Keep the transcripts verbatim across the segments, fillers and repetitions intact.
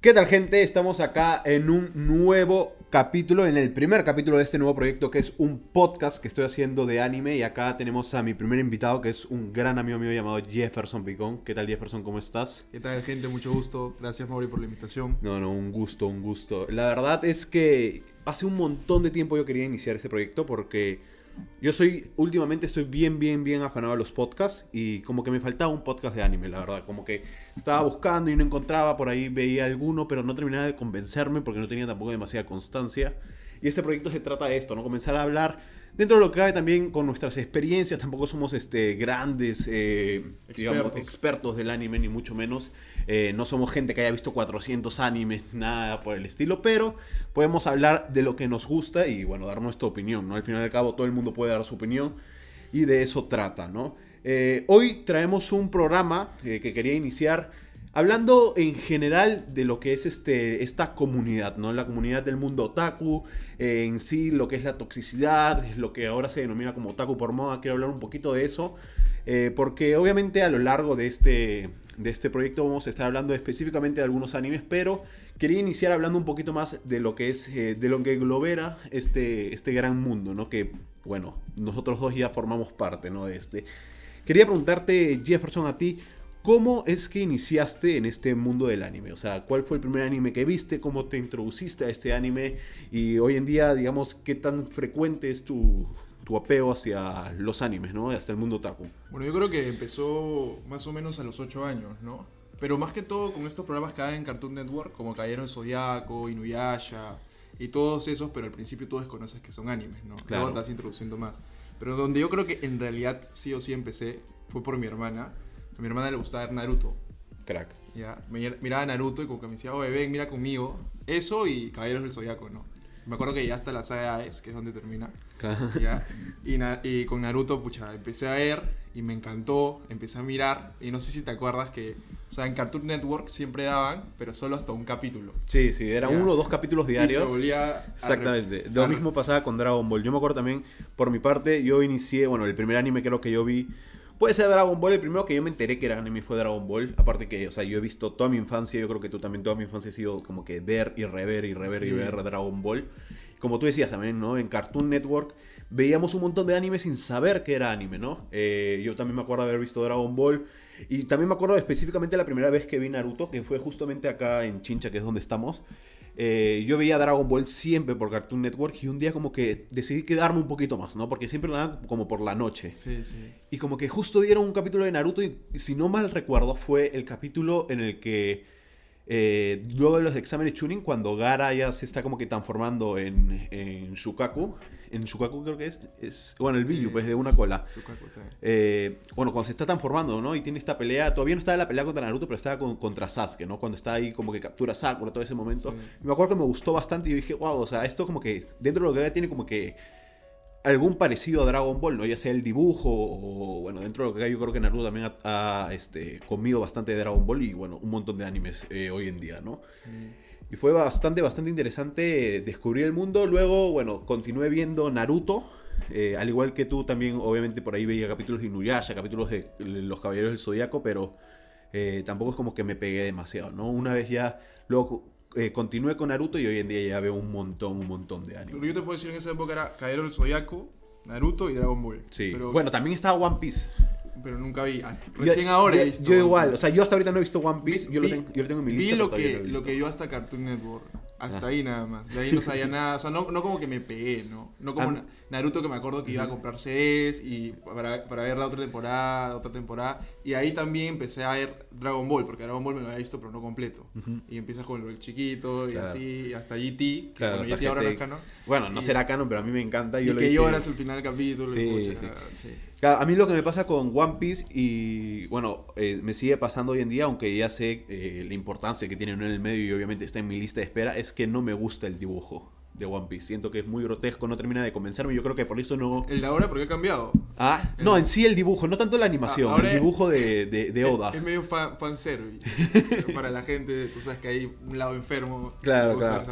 ¿Qué tal, gente? Estamos acá en un nuevo capítulo, en el primer capítulo de este nuevo proyecto, que es un podcast que estoy haciendo de anime. Y acá tenemos a mi primer invitado, que es un gran amigo mío llamado Jefferson Picón. ¿Qué tal, Jefferson? ¿Cómo estás? ¿Qué tal, gente? Mucho gusto. Gracias, Mauri, por la invitación. No, no, un gusto, un gusto. La verdad es que hace un montón de tiempo yo quería iniciar este proyecto porque yo soy, últimamente estoy bien, bien, bien afanado a los podcasts y como que me faltaba un podcast de anime, la verdad. Como que estaba buscando y no encontraba, por ahí veía alguno, pero no terminaba de convencerme porque no tenía tampoco demasiada constancia. Y este proyecto se trata de esto, ¿no? Comenzar a hablar dentro de lo que cabe también con nuestras experiencias. Tampoco somos este, grandes, eh, digamos, Expertos. expertos del anime, ni mucho menos. Eh, no somos gente que haya visto cuatrocientos animes, nada por el estilo, pero podemos hablar de lo que nos gusta y, bueno, dar nuestra opinión, ¿no? Al final y al cabo, todo el mundo puede dar su opinión y de eso trata, ¿no? Eh, hoy traemos un programa eh, que quería iniciar hablando en general de lo que es este, esta comunidad, ¿no? La comunidad del mundo otaku, eh, en sí, lo que es la toxicidad, lo que ahora se denomina como otaku por moda. Quiero hablar un poquito de eso, eh, porque obviamente a lo largo de este, de este proyecto vamos a estar hablando específicamente de algunos animes, pero quería iniciar hablando un poquito más de lo que es, eh, de lo que globera este, este gran mundo, ¿no? Que, bueno, nosotros dos ya formamos parte, ¿no? De este. Quería preguntarte, Jefferson, a ti, ¿cómo es que iniciaste en este mundo del anime? O sea, ¿cuál fue el primer anime que viste? ¿Cómo te introduciste a este anime? Y hoy en día, digamos, ¿qué tan frecuente es tu, tu apego hacia los animes, ¿no? Hasta el mundo otaku. Bueno, yo creo que empezó más o menos a los ocho años, ¿no? Pero más que todo con estos programas que hay en Cartoon Network, como Caballero del Zodiaco, Inuyasha y todos esos, pero al principio tú desconoces que son animes, ¿no? Claro. Luego te vas introduciendo más. Pero donde yo creo que en realidad sí o sí empecé fue por mi hermana. A mi hermana le gustaba ver Naruto. Crack. Ya, me miraba Naruto y como que me decía, oye, ven, mira conmigo. Eso y Caballeros del Zodiaco, ¿no? Me acuerdo que ya hasta la saga Aes, que es donde termina. ¿Ya? Y, na- y con Naruto, pucha, empecé a ver y me encantó. Empecé a mirar y no sé si te acuerdas que, o sea, en Cartoon Network siempre daban, pero solo hasta un capítulo. Sí, sí, era Ya. uno o dos capítulos Y se diarios. volvía a Exactamente. rep- Lo a- mismo pasaba con Dragon Ball. Yo me acuerdo también, por mi parte, yo inicié, bueno, el primer anime creo que yo vi, puede ser Dragon Ball. El primero que yo me enteré que era anime fue Dragon Ball. Aparte que, o sea, yo he visto toda mi infancia, yo creo que tú también toda mi infancia ha sido como que ver y rever y rever y Sí. ver Dragon Ball. Como tú decías también, ¿no? En Cartoon Network veíamos un montón de anime sin saber que era anime, ¿no? Eh, yo también me acuerdo de haber visto Dragon Ball. Y también me acuerdo específicamente la primera vez que vi Naruto, que fue justamente acá en Chincha, que es donde estamos. Eh, yo veía Dragon Ball siempre por Cartoon Network y un día como que decidí quedarme un poquito más, ¿no? Porque siempre lo daban como por la noche. Sí, sí. Y como que justo dieron un capítulo de Naruto y, si no mal recuerdo, fue el capítulo en el que eh, luego de los exámenes Chunin, cuando Gaara ya se está como que transformando en, en Shukaku. En Shukaku creo que es, es bueno, el Biju, pues de una cola. Sukaku, sí. Eh, bueno, cuando se está transformando, ¿no? Y tiene esta pelea, todavía no estaba la pelea contra Naruto, pero estaba con- contra Sasuke, ¿no? Cuando está ahí como que captura a Sakura, todo ese momento. Sí. Y me acuerdo que me gustó bastante y yo dije, wow, o sea, esto como que dentro de lo que hay tiene como que algún parecido a Dragon Ball, ¿no? Ya sea el dibujo o, bueno, dentro de lo que hay yo creo que Naruto también ha, ha, este, comido bastante de Dragon Ball y, bueno, un montón de animes eh, hoy en día, ¿no? Sí. Y fue bastante, bastante interesante descubrir el mundo. Luego, bueno, continué viendo Naruto. Eh, al igual que tú, también obviamente por ahí veía capítulos de Inuyasha, capítulos de Los Caballeros del Zodiaco, pero eh, tampoco es como que me pegué demasiado, ¿no? Una vez ya, luego eh, continué con Naruto y hoy en día ya veo un montón, un montón de Lo anime. que yo te puedo decir en esa época era Caballero del Zodiaco, Naruto y Dragon Ball. Sí. Pero, Bueno, también estaba One Piece. pero nunca vi. Hasta- Yo- Recién ahora yo, he visto. Yo One igual, Piece. o sea, yo hasta ahorita no he visto One Piece, yo, lo, Vi- tengo, yo lo tengo en mi vi lista. pero lo todavía que, no lo he lo visto. que yo hasta Cartoon Network. Hasta Ah. ahí nada más. De ahí no sabía nada. O sea, no, no como que me pegué, ¿no? No como Ah. Na- Naruto, que me acuerdo que iba a comprar C Ds y para, para ver la otra temporada, otra temporada. Y ahí también empecé a ver Dragon Ball, porque Dragon Ball me lo había visto, pero no completo. Ujú. Y empiezas con el chiquito y Claro. así, hasta G T. Que Claro, bueno, hasta G T ahora no G T. es canon. Bueno, no Y- será canon, pero a mí me encanta. Y Yo lo que dije- lloras al final del capítulo. Sí, y pucha, sí. sí. Claro, a mí lo que me pasa con One Piece y, bueno, eh, me sigue pasando hoy en día, aunque ya sé eh, la importancia que tiene en el medio y obviamente está en mi lista de espera, es que no me gusta el dibujo de One Piece. Siento que es muy grotesco, no termina de convencerme. Yo creo que por eso no... El de ahora, porque ha cambiado. Ah, no, en sí el dibujo, no tanto la animación, Ah, ahora el dibujo de, de, de Oda. Es, es medio fan, fanservice para la gente. Tú sabes que hay un lado enfermo. Claro, me gusta claro. ver, ¿sabes?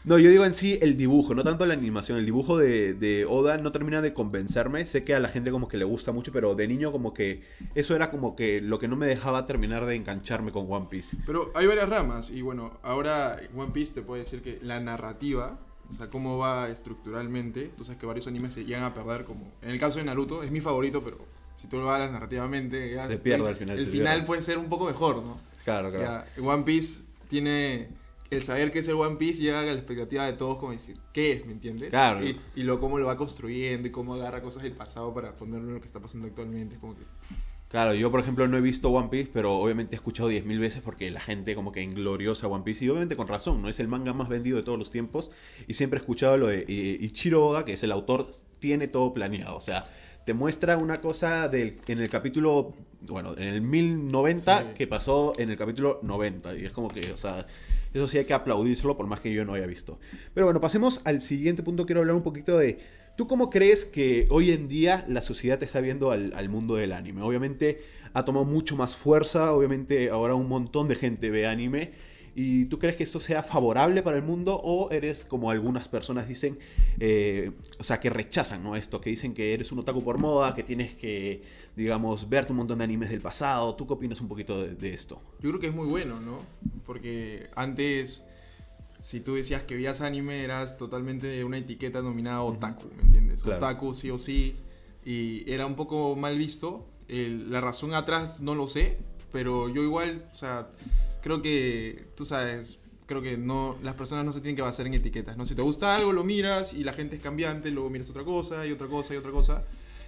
No, yo digo en sí el dibujo, no tanto la animación. El dibujo de, de Oda no termina de convencerme. Sé que a la gente como que le gusta mucho, pero de niño como que eso era como que lo que no me dejaba terminar de engancharme con One Piece. Pero hay varias ramas y bueno, ahora One Piece te puede decir que la narrativa, o sea, cómo va estructuralmente, tú sabes que varios animes se llegan a perder, como en el caso de Naruto, es mi favorito, pero si tú lo hablas narrativamente, ya Se pierde pues, al final, el se final pierde. puede ser un poco mejor, ¿no? Claro, claro. Ya, One Piece tiene el saber que es el One Piece llega a la expectativa de todos como decir, ¿qué es? ¿Me entiendes? Claro. Y, y lo cómo lo va construyendo y cómo agarra cosas del pasado para ponerlo en lo que está pasando actualmente, es como que... Claro, yo por ejemplo no he visto One Piece, pero obviamente he escuchado diez mil veces porque la gente como que ingloriosa One Piece, y obviamente con razón, ¿no? Es el manga más vendido de todos los tiempos, y siempre he escuchado lo de eh, Ichiro Oda, que es el autor, tiene todo planeado, o sea, te muestra una cosa del, en el capítulo, bueno, en el mil noventa, Sí. que pasó en el capítulo noventa, y es como que, o sea, eso sí hay que aplaudírselo por más que yo no haya visto. Pero bueno, pasemos al siguiente punto, quiero hablar un poquito de... ¿Tú cómo crees que hoy en día la sociedad está viendo al, al mundo del anime? Obviamente ha tomado mucho más fuerza, obviamente ahora un montón de gente ve anime. ¿Y tú crees que esto sea favorable para el mundo o eres como algunas personas dicen, eh, o sea, que rechazan, ¿no? Esto, que dicen que eres un otaku por moda, que tienes que, digamos, verte un montón de animes del pasado? ¿Tú qué opinas un poquito de, de esto? Yo creo que es muy bueno, ¿no? Porque antes, si tú decías que veías anime, eras totalmente una etiqueta denominada otaku, ¿me entiendes? Claro. Otaku sí o sí, y era un poco mal visto. El- la razón atrás no lo sé, pero yo igual, o sea, creo que, tú sabes, creo que no, las personas no se tienen que basar en etiquetas, ¿no? Si te gusta algo, lo miras y la gente es cambiante, luego miras otra cosa y otra cosa y otra cosa.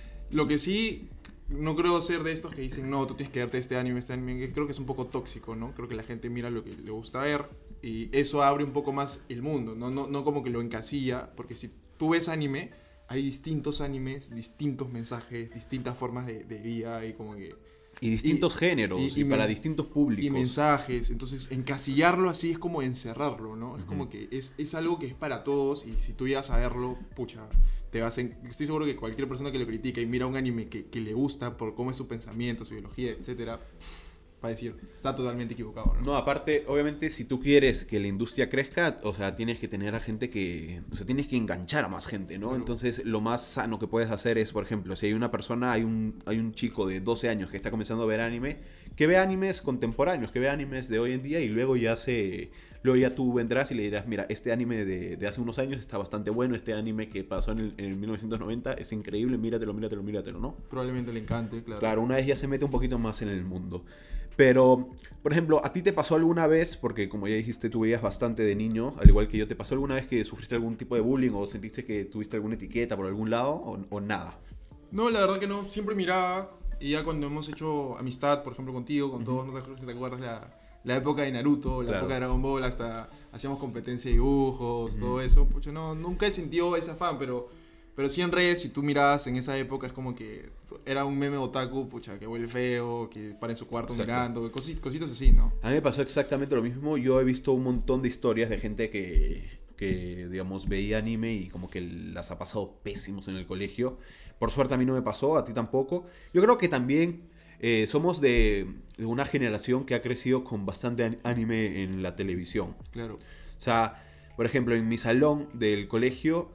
Lo que sí, no creo ser de estos que dicen, no, tú tienes que verte este anime, este anime, que creo que es un poco tóxico, ¿no? Creo que la gente mira lo que le gusta ver y eso abre un poco más el mundo, no, no, no como que lo encasilla, porque si tú ves anime, hay distintos animes, distintos mensajes, distintas formas de, de vida y como que... Y distintos Y- géneros, y, y- y para men- distintos Y públicos. mensajes, entonces encasillarlo así es como encerrarlo, ¿no? Es Ujú. como que es, es algo que es para todos y si tú llegas a verlo, pucha, te vas en... Estoy seguro que cualquier persona que lo critica y mira un anime que, que le gusta por cómo es su pensamiento, su ideología, etcétera, va a decir, está totalmente equivocado, ¿no? No, aparte, obviamente, si tú quieres que la industria crezca, o sea, tienes que tener a gente que... O sea, tienes que enganchar a más gente, ¿no? Claro. Entonces, lo más sano que puedes hacer es, por ejemplo, si hay una persona, hay un, hay un chico de doce años que está comenzando a ver anime, que ve animes contemporáneos, que ve animes de hoy en día y luego ya se... Luego ya tú vendrás y le dirás, mira, este anime de, de hace unos años está bastante bueno, este anime que pasó en el, en el mil novecientos noventa es increíble, míratelo, míratelo, míratelo, ¿no? Probablemente le encante, claro. Claro, una vez ya se mete un poquito más en el mundo. Pero, por ejemplo, ¿a ti te pasó alguna vez, porque como ya dijiste, tú veías bastante de niño, al igual que yo, ¿te pasó alguna vez que sufriste algún tipo de bullying o sentiste que tuviste alguna etiqueta por algún lado o, o nada? No, la verdad que no, siempre miraba y ya cuando hemos hecho amistad, por ejemplo, contigo, con todos, no te acuerdas si te acuerdas la, la época de Naruto, la Claro. época de Dragon Ball, hasta hacíamos competencia de dibujos, Ujú. todo eso, pucha, no, nunca he sentido ese afán, pero, pero sí en redes, si tú mirabas en esa época, es como que era un meme otaku, pucha, que huele feo, que para en su cuarto Exacto. mirando, cosi- cositas así, ¿no? A mí me pasó exactamente lo mismo. Yo he visto un montón de historias de gente que, que, digamos, veía anime y como que las ha pasado pésimos en el colegio. Por suerte a mí no me pasó, a ti tampoco. Yo creo que también eh, somos de, de una generación que ha crecido con bastante an- anime en la televisión. Claro. O sea, por ejemplo, en mi salón del colegio,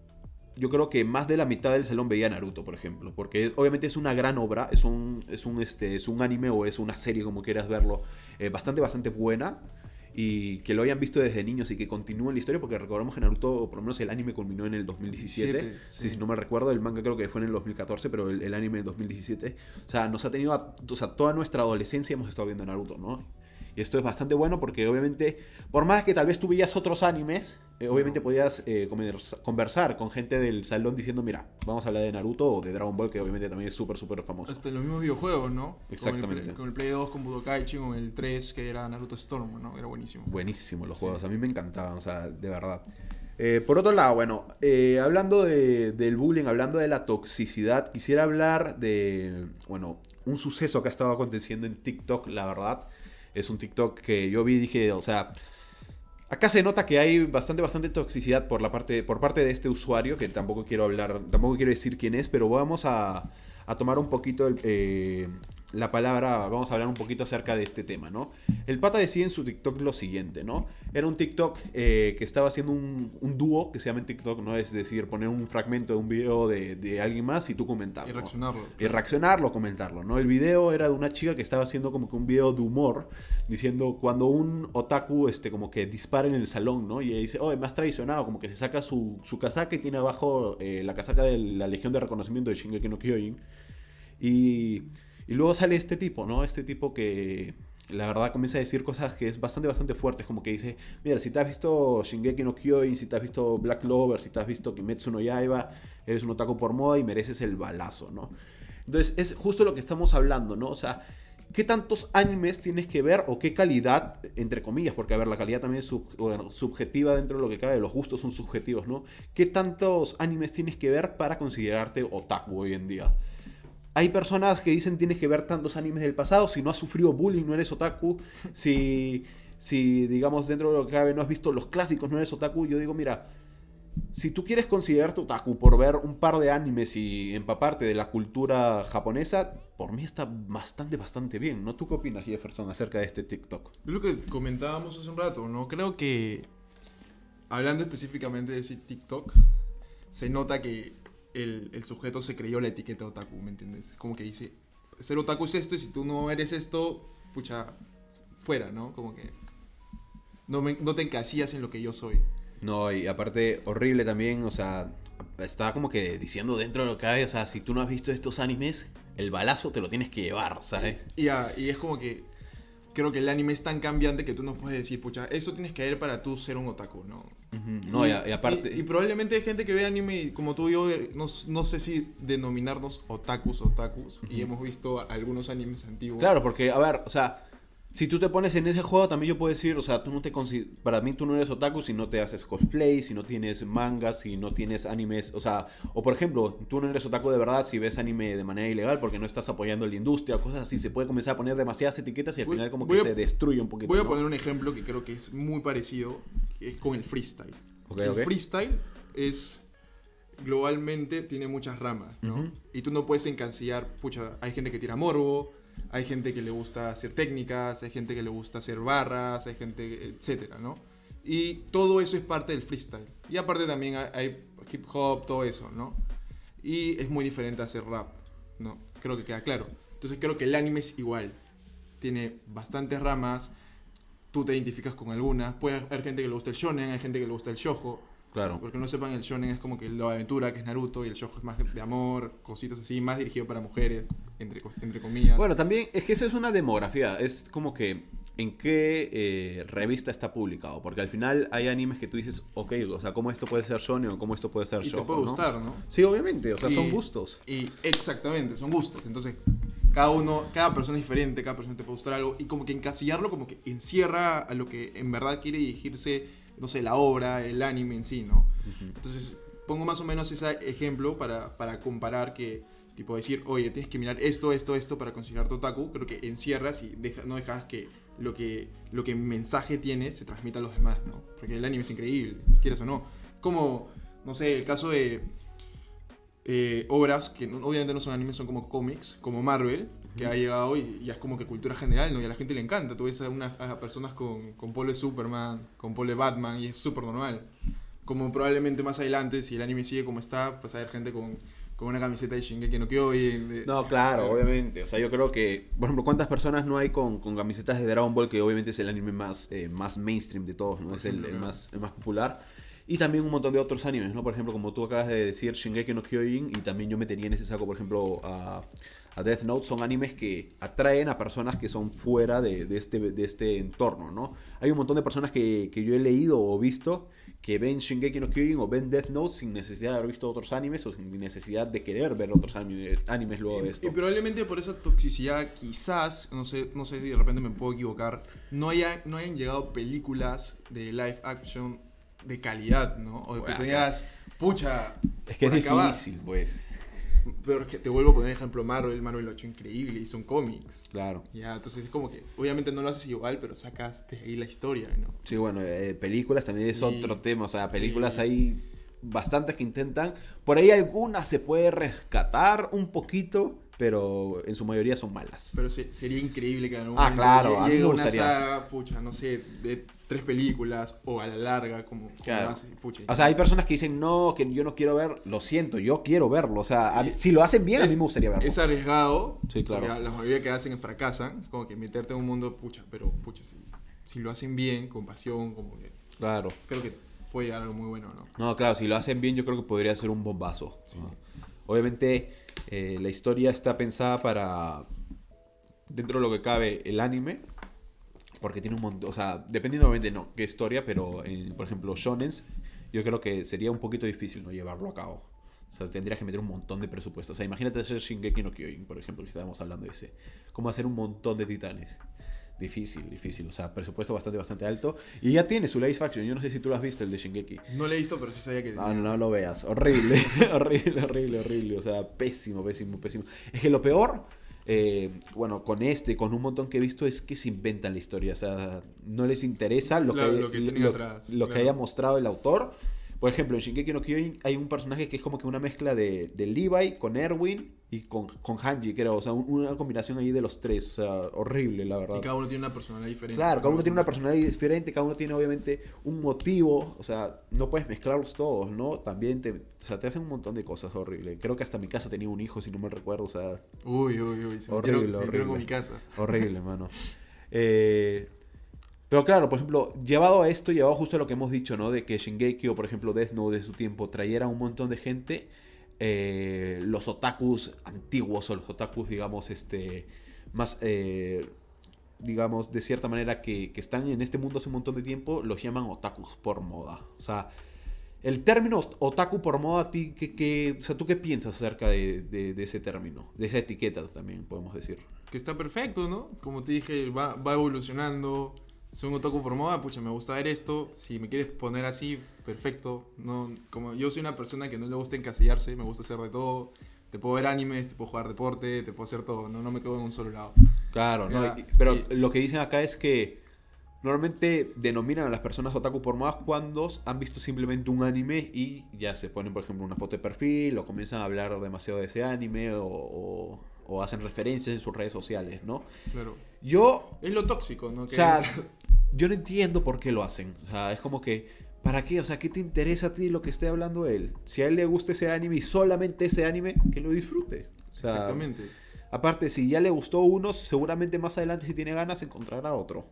yo creo que más de la mitad del salón veía Naruto, por ejemplo. Porque es- obviamente es una gran obra, es un, es un, este, es un anime o es una serie, como quieras verlo, eh, bastante, bastante buena. Y que lo hayan visto desde niños y que continúen la historia, porque recordamos que Naruto, por lo menos el anime culminó en el dos mil diecisiete. Siete, Sí, sí. si no me recuerdo, el manga creo que fue en el dos mil catorce, pero el, el anime en dos mil diecisiete. O sea, nos ha tenido, a- o sea, toda nuestra adolescencia hemos estado viendo Naruto, ¿no? Y esto es bastante bueno porque obviamente, por más que tal vez tú veías otros animes, eh, obviamente podías eh, conversa- conversar con gente del salón diciendo, mira, vamos a hablar de Naruto o de Dragon Ball, que obviamente también es súper, súper famoso. Hasta en los mismos videojuegos, ¿no? Exactamente. Con el, Play- con el Play dos, con Budokaichi, con el tres, que era Naruto Storm, ¿no? Era buenísimo. Buenísimo los Sí. juegos, a mí me encantaban, o sea, de verdad. Eh, por otro lado, bueno, eh, hablando de- del bullying, hablando de la toxicidad, quisiera hablar de, bueno, un suceso que ha estado aconteciendo en TikTok, la verdad. Es un TikTok que yo vi y dije, o sea, acá se nota que hay bastante, bastante toxicidad por, la parte, por parte de este usuario, que tampoco quiero hablar, tampoco quiero decir quién es, pero vamos a, a tomar un poquito el, eh, la palabra, vamos a hablar un poquito acerca de este tema, ¿no? El pata decía en su TikTok lo siguiente, ¿no? Era un TikTok eh, que estaba haciendo un, un dúo que se llama en TikTok, ¿no? Es decir, poner un fragmento de un video de, de alguien más y tú comentarlo. Y reaccionarlo. ¿No? Y reaccionarlo, comentarlo, ¿no? El video era de una chica que estaba haciendo como que un video de humor, diciendo cuando un otaku, este, como que dispara en el salón, ¿no? Y ella dice, oh, me has traicionado, como que se saca su, su casaca y tiene abajo eh, la casaca de la Legión de Reconocimiento de Shingeki no Kyojin. Y... Y luego sale este tipo, ¿no? Este tipo que la verdad comienza a decir cosas que es bastante, bastante fuertes. Como que dice, mira, si te has visto Shingeki no Kyojin, si te has visto Black Clover, si te has visto Kimetsu no Yaiba, eres un otaku por moda y mereces el balazo, ¿no? Entonces es justo lo que estamos hablando, ¿no? O sea, ¿qué tantos animes tienes que ver o qué calidad, entre comillas? Porque, a ver, la calidad también es sub, bueno, subjetiva dentro de lo que cabe, los gustos son subjetivos, ¿no? ¿Qué tantos animes tienes que ver para considerarte otaku hoy en día? Hay personas que dicen tienes que ver tantos animes del pasado, si no has sufrido bullying no eres otaku, si, si digamos dentro de lo que cabe no has visto los clásicos no eres otaku. Yo digo, mira, si tú quieres considerarte otaku por ver un par de animes y empaparte de la cultura japonesa, por mí está bastante, bastante bien, ¿no? ¿Tú qué opinas, Jefferson, acerca de este TikTok? Es lo que comentábamos hace un rato, ¿no? Creo que, hablando específicamente de ese TikTok, se nota que El, el sujeto se creyó la etiqueta otaku, ¿me entiendes? Como que dice, ser otaku es esto y si tú no eres esto, pucha, fuera, ¿no? Como que no, me, no te encasillas en lo que yo soy. No, y aparte, horrible también, o sea, estaba como que diciendo dentro de lo que hay, o sea, si tú no has visto estos animes, el balazo te lo tienes que llevar, ¿sabes? Y, y, ah, y es como que creo que el anime es tan cambiante que tú no puedes decir, pucha, eso tienes que ver para tú ser un otaku, ¿no? Uh-huh. No, y, y, y aparte... Y, y probablemente hay gente que ve anime y como tú y yo, no, no sé si denominarnos otakus otakus, uh-huh. Y hemos visto algunos animes antiguos. Claro, porque, a ver, o sea, si tú te pones en ese juego, también yo puedo decir, o sea, tú no te consi- para mí tú no eres otaku si no te haces cosplay, si no tienes mangas, si no tienes animes, o sea, o por ejemplo, tú no eres otaku de verdad si ves anime de manera ilegal porque no estás apoyando la industria o cosas así. Se puede comenzar a poner demasiadas etiquetas y al voy, final como que a, se destruye un poquito. Voy a ¿no? poner un ejemplo que creo que es muy parecido, que es con el freestyle. Okay, el okay. freestyle es, globalmente, tiene muchas ramas, ¿no? Uh-huh. Y tú no puedes encasillar, pucha, hay gente que tira morbo, hay gente que le gusta hacer técnicas, hay gente que le gusta hacer barras, hay gente, etcétera, ¿no? Y todo eso es parte del freestyle. Y aparte también hay, hay hip hop, todo eso, ¿no? Y es muy diferente a hacer rap, ¿no? Creo que queda claro. Entonces creo que el anime es igual. Tiene bastantes ramas, tú te identificas con algunas. Puede haber gente que le gusta el shonen, hay gente que le gusta el shoujo. Claro. Porque no sepan, el shonen es como que la aventura, que es Naruto, y el shoujo es más de amor, cositas así, más dirigido para mujeres, entre, entre comillas. Bueno, también es que eso es una demografía, es como que en qué eh, revista está publicado, porque al final hay animes que tú dices, ok, o sea, cómo esto puede ser shonen o cómo esto puede ser shoujo, y te puede ¿no? gustar, ¿no? Sí, obviamente, o sea, y, son gustos. Y exactamente, son gustos, entonces cada uno, cada persona es diferente, cada persona te puede gustar algo, y como que encasillarlo como que encierra a lo que en verdad quiere dirigirse, no sé, la obra, el anime en sí, ¿no? Uh-huh. Entonces, pongo más o menos ese ejemplo para, para comparar que, tipo, decir, oye, tienes que mirar esto, esto, esto para considerar otaku. Creo que encierras y deja, no dejas que lo que lo que mensaje tiene se transmita a los demás, ¿no? Porque el anime es increíble, quieras o no. Como, no sé, el caso de eh, obras que no, obviamente no son animes, son como cómics, como Marvel, que ha llegado y ya es como que cultura general, ¿no? Y a la gente le encanta. Tú ves a unas a personas con, con polo de Superman, con polo de Batman, y es súper normal. Como probablemente más adelante, si el anime sigue como está, pues a haber gente con, con una camiseta de Shingeki no Kyojin. De... No, claro, obviamente. O sea, yo creo que, por ejemplo, ¿cuántas personas no hay con, con camisetas de Dragon Ball, que obviamente es el anime más, eh, más mainstream de todos, ¿no? Es el, el, más, el más popular. Y también un montón de otros animes, ¿no? Por ejemplo, como tú acabas de decir, Shingeki no Kyojin, y también yo metería en ese saco, por ejemplo, a... a Death Note. Son animes que atraen a personas que son fuera de, de, este, de este entorno, ¿no? Hay un montón de personas que, que yo he leído o visto que ven Shingeki no Kyojin o ven Death Note sin necesidad de haber visto otros animes o sin necesidad de querer ver otros animes, animes luego de esto. Y, y probablemente por esa toxicidad, quizás, no sé, no sé si de repente me puedo equivocar, no, haya, no hayan llegado películas de live action de calidad, ¿no? O de que bueno, tengas, pucha... Es que es difícil, pues. Pero es que te vuelvo a poner ejemplo Marvel, Marvel lo ha hecho increíble y son cómics. Claro. Ya, entonces es como que, obviamente no lo haces igual, pero sacas de ahí la historia, ¿no? Sí, bueno, eh, películas también sí, es otro tema, o sea, películas sí. Hay bastantes que intentan, por ahí algunas se puede rescatar un poquito, pero en su mayoría son malas. Pero se, sería increíble que en algún Ah, momento claro, a mí llegue me una gustaría. saga, pucha, no sé, de tres películas o a la larga, como, como Claro. hace, pucha. O sea, hay personas que dicen, no, que yo no quiero ver, lo siento, yo quiero verlo. O sea, a mí- si lo hacen bien, a mí Es- me gustaría verlo. Es arriesgado. Sí, claro. porque La mayoría que hacen fracasan. Es como que meterte en un mundo, pucha, pero pucha, si, si lo hacen bien, con pasión, como que Claro. creo que puede llegar algo muy bueno, ¿no? No, claro, si lo hacen bien, yo creo que podría ser un bombazo. Sí. ¿no? Obviamente, eh, la historia está pensada para, dentro de lo que cabe, el anime. Porque tiene un montón, o sea, dependiendo obviamente no qué historia, pero en, por ejemplo, shonens, yo creo que sería un poquito difícil no llevarlo a cabo. O sea, tendrías que meter un montón de presupuesto. O sea, imagínate hacer Shingeki no Kyojin, por ejemplo, que estábamos hablando de ese. ¿Cómo hacer un montón de titanes? Difícil, difícil. O sea, presupuesto bastante, bastante alto. Y ya tiene su live action. Yo no sé si tú lo has visto, el de Shingeki. No lo he visto, pero sí sabía que... No, no, no lo veas. Horrible, horrible, horrible, horrible. O sea, pésimo, pésimo, pésimo. Es que lo peor, eh, bueno, con este, con un montón que he visto, es que se inventan la historia. O sea, no les interesa lo Claro, que, lo que tienen lo, atrás, lo que claro. haya mostrado el autor. Por ejemplo, en Shingeki no Kyojin hay un personaje que es como que una mezcla de, de Levi con Erwin y con, con Hanji, creo. O sea, un- una combinación ahí de los tres. O sea, horrible, la verdad. Y cada uno tiene una personalidad diferente. Claro, cada uno tiene una personalidad diferente, cada uno tiene obviamente un motivo, o sea, no puedes mezclarlos todos, ¿no? También te, o sea, te hacen un montón de cosas horribles. Creo que hasta mi casa tenía un hijo, si no me recuerdo, o sea, Uy, uy, uy. Se Horrible, metieron, se metieron con horrible. mi casa. horrible, mano. Eh, pero claro, por ejemplo, llevado a esto, llevado justo a lo que hemos dicho, ¿no? De que Shingeki o, por ejemplo, Death Note de su tiempo trayera un montón de gente, eh, los otakus antiguos o los otakus, digamos, este, más... eh, digamos, de cierta manera, que, que están en este mundo hace un montón de tiempo, los llaman otakus por moda. O sea, el término ot- otaku por moda, ¿a ti qué, qué- o sea, ¿tú qué piensas acerca de, de- de ese término? De esa etiqueta también, podemos decir. Que está perfecto, ¿no? Como te dije, va, va evolucionando. Soy un otaku por moda, pucha, me gusta ver esto. Si me quieres poner así, perfecto. No, como yo soy una persona que no le gusta encasillarse, me gusta hacer de todo. Te puedo ver animes, te puedo jugar deporte, te puedo hacer todo. No, no me quedo en un solo lado. Claro, ¿no? Ya, Y- pero y- lo que dicen acá es que normalmente denominan a las personas otaku por moda cuando han visto simplemente un anime y ya se ponen, por ejemplo, una foto de perfil o comienzan a hablar demasiado de ese anime o, o- o hacen referencias en sus redes sociales, ¿no? Claro. Yo, Es lo tóxico, ¿no? o Que- sea, yo no entiendo por qué lo hacen. O sea, es como que, ¿para qué? O sea, ¿qué te interesa a ti lo que esté hablando él? Si a él le gusta ese anime y solamente ese anime, que lo disfrute. O sea, Exactamente. aparte, si ya le gustó uno, seguramente más adelante, si tiene ganas, encontrará otro.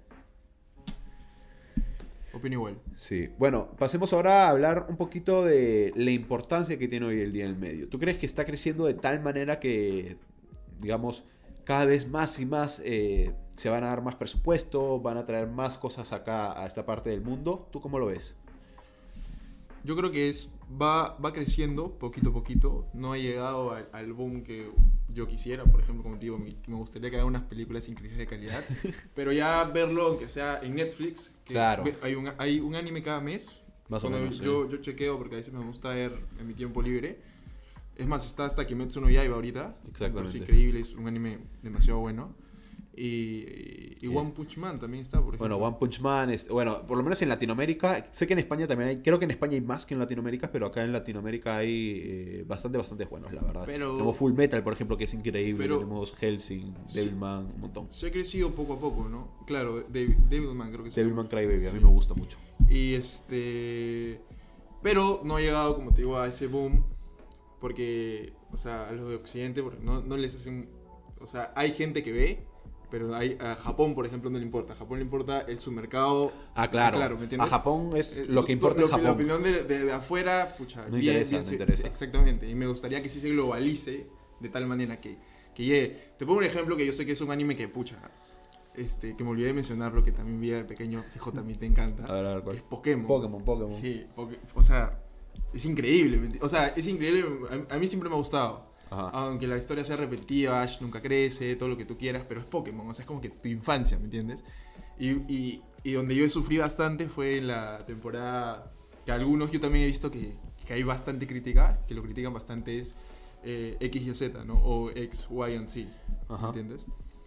Opino igual. Sí. Bueno, pasemos ahora a hablar un poquito de la importancia que tiene hoy el día en el medio. ¿Tú crees que está creciendo de tal manera que, digamos, cada vez más y más eh, se van a dar más presupuesto, van a traer más cosas acá a esta parte del mundo? ¿Tú cómo lo ves? Yo creo que es va, va creciendo poquito a poquito. No ha llegado al, al boom que yo quisiera. Por ejemplo, como te digo, me, me gustaría que haga unas películas increíbles de calidad. Pero ya verlo, aunque sea en Netflix, que Claro. ve- hay, un, hay un anime cada mes. Más o Cuando menos, yo, yo chequeo porque a veces me gusta ver en mi tiempo libre. Es más, está hasta Kimetsu no Yaiba ahorita. Exactamente. Es increíble, es un anime demasiado bueno. Y, y, y Bien. One Punch Man también está, por ejemplo. Bueno, One Punch Man, es, bueno, por lo menos en Latinoamérica, sé que en España también hay, creo que en España hay más que en Latinoamérica, pero acá en Latinoamérica hay eh, bastante, bastante buenos, la verdad. Pero- Tenemos Full Metal, por ejemplo, que es increíble, Pero- tenemos Hellsing, Sí. Devilman, un montón. Se ha crecido poco a poco, ¿no? Claro, David, Devilman creo que se Devilman Crybaby, a mí Sí. me gusta mucho. Y este. Pero no ha llegado, como te digo, a ese boom. Porque, o sea, a los de Occidente, porque no, no les hacen. O sea, hay gente que ve, pero hay, a Japón, por ejemplo, no le importa. A Japón le importa el su mercado. Ah, claro. Claro, ¿me a entiendes? Japón es Eh, lo su- que importa lo- en Japón. La opinión de, de, de afuera, pucha, No bien, interesa, bien, no se- interesa. se- exactamente. Y me gustaría que sí se globalice de tal manera que, que llegue. Te pongo un ejemplo que yo sé que es un anime que, pucha, este, que me olvidé de mencionarlo, que también vi de pequeño, fijo, también te encanta. A ver, a ver, que ¿cuál? es Pokémon. Pokémon, Pokémon. Sí, porque, o sea, es increíble. ¿me enti- O sea, es increíble. A, a mí siempre me ha gustado. Ajá. Aunque la historia sea repetitiva, Ash nunca crece, todo lo que tú quieras, pero es Pokémon. O sea, es como que tu infancia, ¿me entiendes? Y, y, y donde yo sufrí bastante fue en la temporada que algunos yo también he visto que, que hay bastante crítica, que lo critican bastante, es eh, X y Z, ¿no? O X, Y and Z, ¿me Ajá. entiendes?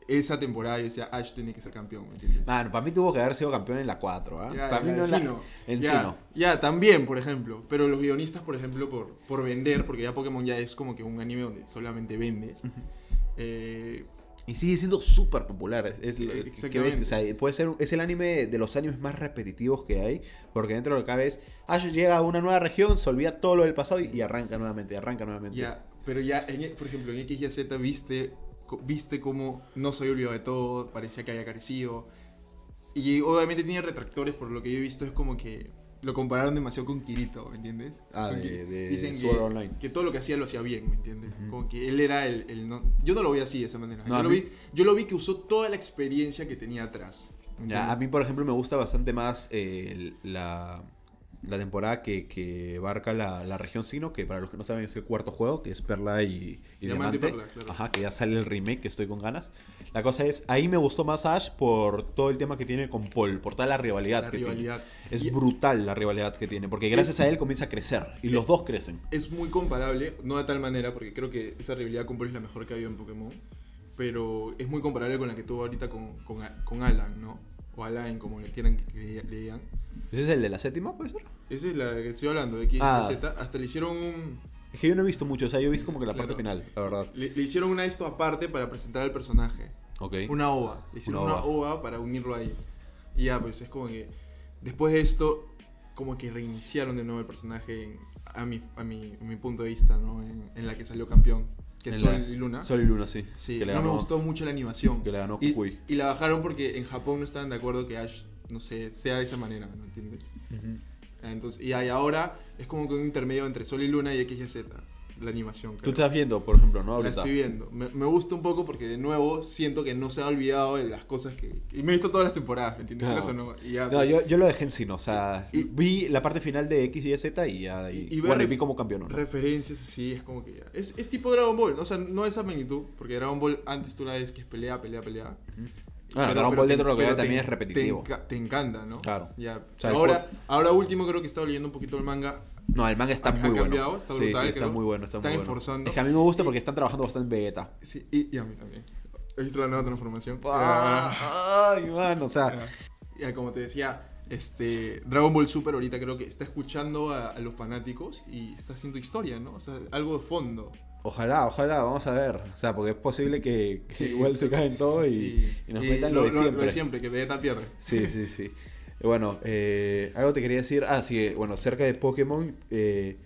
esa temporada yo decía, Ash tiene que ser campeón, ¿me entiendes? Mano, para mí tuvo que haber sido campeón en la cuatro, ¿ah? ¿eh? Ya, Para mí la no de en la... Sinnoh. En ya, Sinnoh. ya, también, por ejemplo. Pero los guionistas, por ejemplo, por, por vender, porque ya Pokémon ya es como que un anime donde solamente vendes. eh, Y sigue siendo súper popular. Es, es, Exactamente. que ves, o sea, puede ser, es el anime de los animes más repetitivos que hay. Porque dentro de lo que cabe es, Ash llega a una nueva región, se olvida todo lo del pasado y, y arranca nuevamente, arranca nuevamente. ya, pero ya, en, por ejemplo, en X y Z viste, viste cómo no se había olvidado de todo, parecía que había carecido. Y obviamente tiene retractores, por lo que yo he visto, es como que lo compararon demasiado con Kirito, ¿me entiendes? Ah, Con de, Ki- de Dicen Sword que, Online. que todo lo que hacía lo hacía bien, ¿me entiendes? Uh-huh. Como que él era el... el no, yo no lo vi así, de esa manera. No, yo, a lo mí- vi, yo lo vi que usó toda la experiencia que tenía atrás. ¿me Ya, a entiendes? mí, por ejemplo, me gusta bastante más eh, la, la temporada que, que abarca la, la región Sinnoh, que para los que no saben es el cuarto juego, que es Perla y, y Diamante Diamante. y Perla, claro. Ajá, que ya sale el remake, que estoy con ganas. La cosa es, ahí me gustó más Ash por todo el tema que tiene con Paul, por toda la rivalidad La que rivalidad. tiene. Es Y- brutal la rivalidad que tiene, porque gracias Es- a él comienza a crecer, y los dos crecen. Es muy comparable, no de tal manera, porque creo que esa rivalidad con Paul es la mejor que ha habido en Pokémon, pero es muy comparable con la que tuvo ahorita con, con, con Alan, ¿no? O Alain, como le quieran que le, le digan. ¿Ese es el de la séptima, puede ser? Esa es la que estoy hablando, de X Ah. y Z. Hasta le hicieron un... Es que yo no he visto mucho, o sea, yo he visto como que la Claro. parte final, la verdad. Le, le hicieron una esto aparte para presentar al personaje. Ok. Una ova. Le hicieron Una una ova. ova para unirlo ahí. Y ya, pues es como que... Después de esto, como que reiniciaron de nuevo el personaje en- a, mi, a, mi, a mi punto de vista, ¿no? En, en la que salió campeón. Que es En Sol la- y Luna. Sol y Luna, sí. Sí, que le no me ganó- gustó mucho la animación. que le ganó y, Kukui. y la bajaron porque en Japón no estaban de acuerdo que Ash, no sé, sea de esa manera, ¿no entiendes? Ujú. Entonces, y ahí ahora es como que un intermedio entre Sol y Luna y X y Z, la animación. Tú creo. estás viendo, por ejemplo, ¿no? La Ahorita. estoy viendo. Me, me gusta un poco porque de nuevo siento que no se ha olvidado de las cosas que... Y me he visto todas las temporadas, ¿me entiendes? Claro. Eso no, y ya, No, pues, yo, yo lo dejé en Sinnoh, o sea, Y- vi la parte final de X y Z y ya, y, Y- y ver bueno, y ref- vi como campeón, ¿no? referencias así, es como que ya... Es, es tipo Dragon Ball, ¿no? O sea, no esa magnitud, porque Dragon Ball antes tú la ves que es pelea, pelea, pelea. Bueno, Pero- Dragon pero Ball te- dentro de lo que pero hay te- también es repetitivo. Te, enca- te encanta, ¿no? Claro. Ya. O sea, el ahora, ahora último creo que he estado leyendo un poquito el manga. No, el manga está Ha- muy ha bueno. cambiado, está Sí, brutal, sí, está creo. muy bueno, está Están muy bueno. esforzando. Es que a mí me gusta porque están trabajando bastante en Vegeta. Sí, y, y a mí también. He visto la nueva transformación. Ah, Ay, man, o sea, Ya, ya, como te decía, este Dragon Ball Super ahorita creo que está escuchando a, a los fanáticos y está haciendo historia, ¿no? O sea, algo de fondo. ojalá, ojalá, vamos a ver. O sea, porque es posible que, que Sí, igual se caen todo y, sí. y nos Y metan lo, de siempre. Lo de siempre, que Vegeta pierde. Sí, sí, sí. Bueno, eh, algo te quería decir. Ah, sí, bueno, cerca de Pokémon. Eh,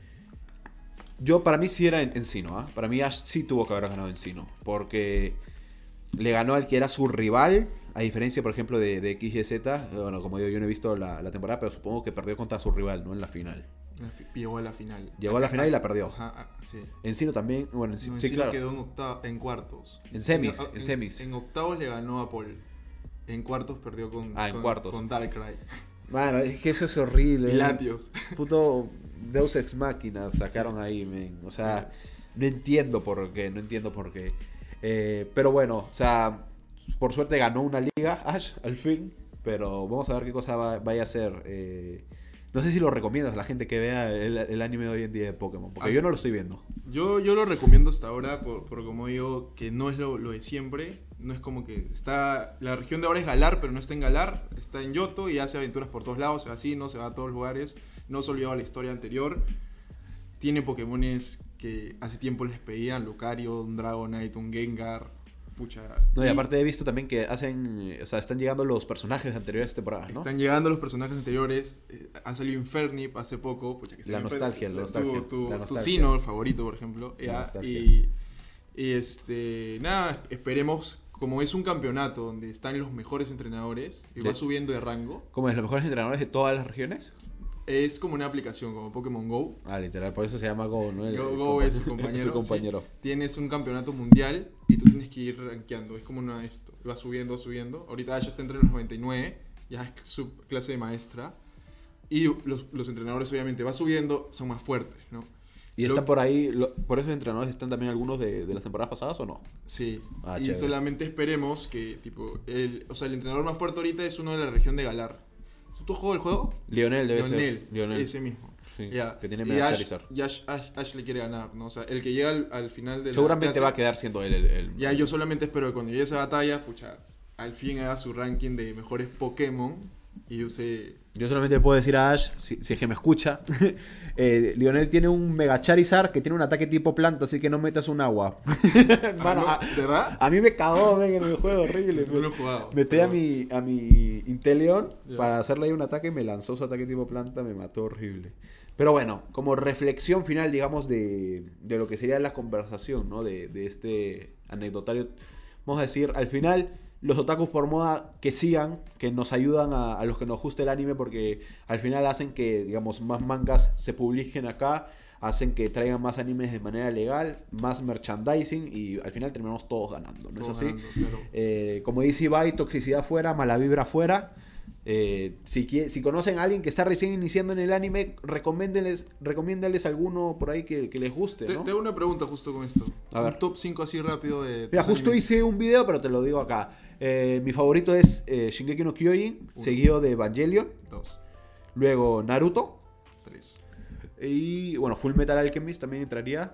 yo, para mí sí era en, en Sinnoh, ¿ah? Para mí Ash sí tuvo que haber ganado en Sinnoh. Porque le ganó al que era su rival. A diferencia, por ejemplo, de, de X y Z. eh, Bueno, como digo, yo no he visto la, la temporada, pero supongo que perdió contra su rival, ¿no? En la final. La fi- Llegó a la final. Llegó a la final y la perdió. Ajá, ah, sí. En Sinnoh también. Bueno, en, No, en sí, sí claro. quedó en, octavos, en cuartos. En semis, en semis. En octavos le ganó a Paul. En cuartos perdió con, Ah, en con, cuartos. con Darkrai. Mano, es que eso es horrible. Y Latios. Puto Deus Ex Machina sacaron ahí, men. O sea, no entiendo por qué, no entiendo por qué. Eh, pero bueno, o sea, por suerte ganó una liga, Ash, al fin. Pero vamos a ver qué cosa va- vaya a hacer. Eh, no sé si lo recomiendas a la gente que vea el, el anime de hoy en día de Pokémon, porque Hasta- yo no lo estoy viendo. Yo, yo lo recomiendo hasta ahora, por, por como digo, que no es lo, lo de siempre. No es como que está. La región de ahora es Galar, pero no está en Galar. Está en Yoto y hace aventuras por todos lados. Se va así, no se va a todos lugares. No se olvidó la historia anterior. Tiene Pokémones que hace tiempo les pedían: Lucario, un Dragonite, un Gengar. Pucha. No, y y aparte he visto también que hacen, eh, o sea, están llegando los personajes anteriores de temporada, ¿no? Están llegando los personajes anteriores. Eh, ha salido Infernip hace poco. Pucha, que La salió nostalgia, Infernip. la Tu- nostalgia, Tu, la tu nostalgia. Sinnoh, el favorito, por ejemplo. La Ya, nostalgia. y, y este. Nada, esperemos. Como es un campeonato donde están los mejores entrenadores y va De- subiendo de rango, ¿Cómo es? ¿Los mejores entrenadores de todas las regiones? es como una aplicación como Pokémon Go. Ah, literal, por eso se llama Go, ¿no? El- Go, el Go compa- es su compañero. su compañero. sí. Tienes un campeonato mundial y tú tienes que ir rankeando. Es como una esto. Va subiendo, va subiendo. Ahorita Ash está entre los noventa y nueve. Ya es su clase de maestra. Y los, los entrenadores obviamente va subiendo, son más fuertes, ¿no? ¿Y Lo- están por ahí, lo- por esos entrenadores están también algunos de, de las temporadas pasadas o no? Sí. Ah, y chévere. solamente esperemos que, tipo, el, o sea, el entrenador más fuerte ahorita es uno de la región de Galar. ¿Tú has jugado el juego? Lionel debe Lionel, ser. Lionel. ese mismo. Sí, Ya. que tiene Y Mega Ash, Charizard. y Ash, Ash- Ash le quiere ganar, ¿no? O sea, el que llega al, al final de Seguramente la clase, va a quedar siendo él el... el- Ya, yo solamente espero que cuando llegue esa batalla, pucha, al fin haga su ranking de mejores Pokémon y use... Yo solamente le puedo decir a Ash, si, si es que me escucha, eh, Lionel tiene un Mega Charizard que tiene un ataque tipo planta, así que no metas un agua. Mano, Ah, a, ¿no? ¿De verdad? a mí me cagó, ven, en el juego horrible. No lo he jugado. Metí pero- a mi, a mi Inteleon Ya. para hacerle ahí un ataque y me lanzó su ataque tipo planta, me mató horrible. Pero bueno, como reflexión final, digamos, de, de lo que sería la conversación, ¿no? De, de este anecdotario, vamos a decir, al final, los otakus por moda que sigan, que nos ayudan a, a los que nos guste el anime, porque al final hacen que, digamos, más mangas se publiquen acá, hacen que traigan más animes de manera legal, más merchandising y al final terminamos todos ganando, ¿no Todos es así? ganando, claro. Eh, como dice Ibai, toxicidad fuera, mala vibra fuera. Eh, si, qui- si conocen a alguien que está recién iniciando en el anime, recomiéndenles, recomiéndales alguno por ahí que, que les guste, Te, ¿no? te hago una pregunta justo con esto. A ver. Un top cinco así rápido de... Mira, tus justo animes. hice un video, pero te lo digo acá. Eh, mi favorito es eh, Shingeki no Kyojin, Uno. seguido de Evangelion, Dos, luego Naruto tres. y, bueno, Full Metal Alchemist también entraría.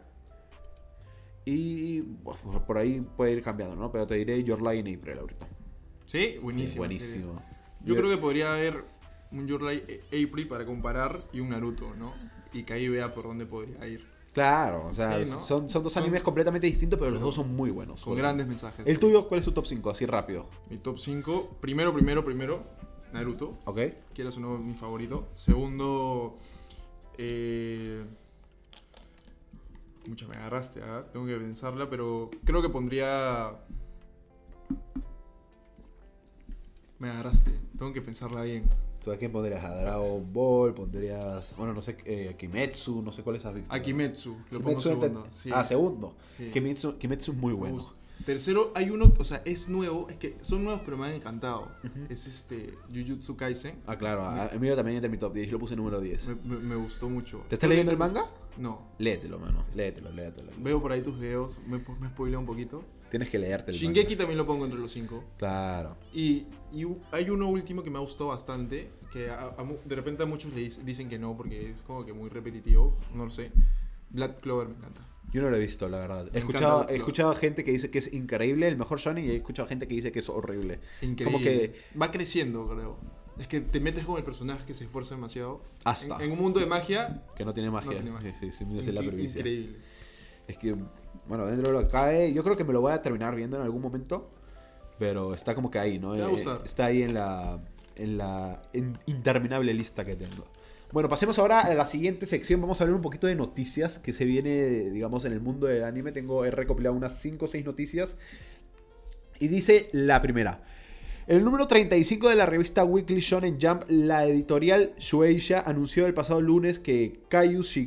Y bueno, por ahí puede ir cambiando, ¿no? Pero te diré Your Lie in April ahorita. Sí, buenísimo. Buenísimo. Yo creo que podría haber un Your Lie April para comparar y un Naruto, ¿no? Y que ahí vea por dónde podría ir. Claro, o sea, Sí, ¿no? son, son dos Son- animes completamente distintos, pero los pero dos son muy buenos. Con grandes mensajes. ¿El tuyo cuál es tu top cinco? Así rápido. Mi top cinco. Primero, primero, primero. Naruto. ¿Ok? Quieras o no, mi favorito. Segundo. Eh... Mucha me agarraste, ¿ah? Tengo que pensarla, pero creo que pondría. Me agarraste, tengo que pensarla bien. ¿Tú a quién pondrías? ¿A Dragon Ball? ¿Pondrías, bueno, no sé, eh, Kimetsu? No sé cuáles has visto. A Kimetsu, lo pongo Kimetsu segundo. ente- Sí. Ah, segundo. Sí. Kimetsu, Kimetsu es muy Me bueno. gusta. Tercero, hay uno, o sea, es nuevo, es que son nuevos pero me han encantado. Ujú. Es este Jujutsu Kaisen. Ah, claro, a, a mí también entra en mi top diez, lo puse número diez. Me, me- me gustó mucho. ¿Te estás leyendo el manga? No. Léetelo, mano. Léetelo, léetelo. Veo por ahí tus videos, me, me spoileo un poquito. Tienes que leerte el Shingeki manga. también lo pongo entre los cinco. Claro. Y, y u- hay uno último que me ha gustado bastante, que a- a mu- de repente a muchos le dic- dicen que no, porque es como que muy repetitivo, no lo sé. Black Clover me encanta. Yo no lo he visto, la verdad. He Me escuchado, encanta he lo- escuchado gente que dice que es increíble, el mejor shonen, y he escuchado gente que dice que es horrible. Increíble. Como que Va creciendo, creo. Es que te metes con el personaje que se esfuerza demasiado. hasta En, en un mundo de magia, que no tiene magia. no tiene magia. Sí, sí, sí, me hace la incre- primicia. increíble. Es que, bueno, dentro de lo que cae, yo creo que me lo voy a terminar viendo en algún momento, pero está como que ahí, ¿no? Te va a Eh, gustar. Está ahí en la, en la in- interminable lista que tengo. Bueno, pasemos ahora a la siguiente sección. Vamos a hablar un poquito de noticias que se viene, digamos, en el mundo del anime. Tengo, he recopilado unas cinco o seis noticias. Y dice la primera. En el número treinta y cinco de la revista Weekly Shonen Jump, la editorial Shueisha anunció el pasado lunes que Kaiju Shi-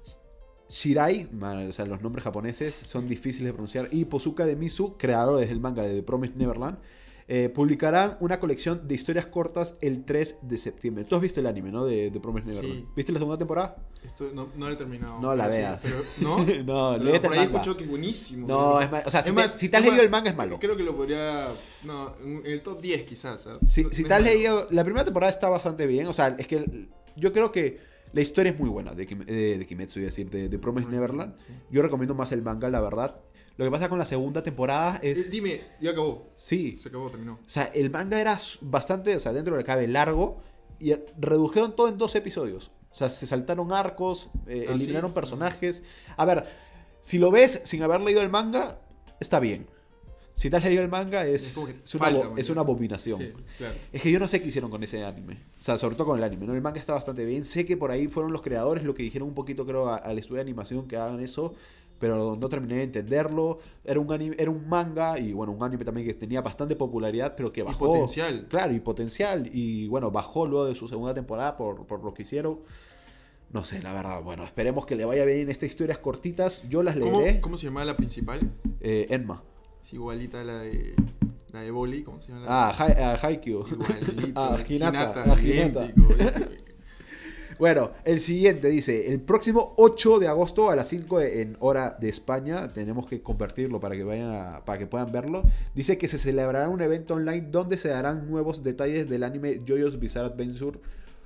Shirai, man, o sea, los nombres japoneses son difíciles de pronunciar, y Posuka de Misu, creadores del manga de The Promised Neverland, eh, publicarán una colección de historias cortas el tres de septiembre. Tú has visto el anime, ¿no? De The Promised Sí. Neverland. ¿Viste la segunda temporada? Esto no, no lo he terminado. No la pero sí, veas. pero- ¿No? No, Pero léete por el ahí manga. escucho que es buenísimo. No, creo. es más, o sea, si, Es te, más, si te has es leído más, el manga es malo. Creo que lo podría. No, en el top diez quizás. ¿sabes? Si, No- si no te has es malo. leído, la primera temporada está bastante bien. O sea, es que el- yo creo que la historia es muy buena de, Kim- de, de Kimetsu, es decir, de, de Promised Neverland. Sí. Yo recomiendo más el manga, la verdad. Lo que pasa con la segunda temporada Eh, es... dime, ya acabó. Sí, Se acabó, terminó. o sea, el manga era s- bastante, o sea, dentro de lo que cabe, largo. Y redujeron todo en dos episodios. O sea, se saltaron arcos, eh, ¿Ah, eliminaron sí? personajes. A ver, si lo ves sin haber leído el manga, está bien. Si te has leído el manga, es, Es como que es, una, falta, abo- man, es una abominación. Sí, claro. Es que yo no sé qué hicieron con ese anime. O sea, sobre todo con el anime, ¿no? El manga está bastante bien. Sé que por ahí fueron los creadores lo que dijeron un poquito, creo, a- al estudio de animación que hagan eso. Pero no terminé de entenderlo. Era un anime, era un manga y bueno, un anime también que tenía bastante popularidad, pero que Y bajó. potencial. Claro, y potencial. Y bueno, bajó luego de su segunda temporada por, por lo que hicieron. No sé, la verdad. Bueno, esperemos que le vaya bien en estas historias cortitas. Yo las ¿Cómo, leeré. ¿Cómo se llama la principal? Eh, Enma. Es igualita a la de. La de Boli, ¿cómo se llama? Ah, Hai- ah, Haikyuu. Igualito. Ah, es Hinata, Hinata, ah, Hinata. idéntico, idéntico. Bueno, el siguiente dice, el próximo ocho de agosto a las cinco en hora de España, tenemos que compartirlo para que vayan a- para que puedan verlo. Dice que se celebrará un evento online donde se darán nuevos detalles del anime JoJo's Bizarre Adventure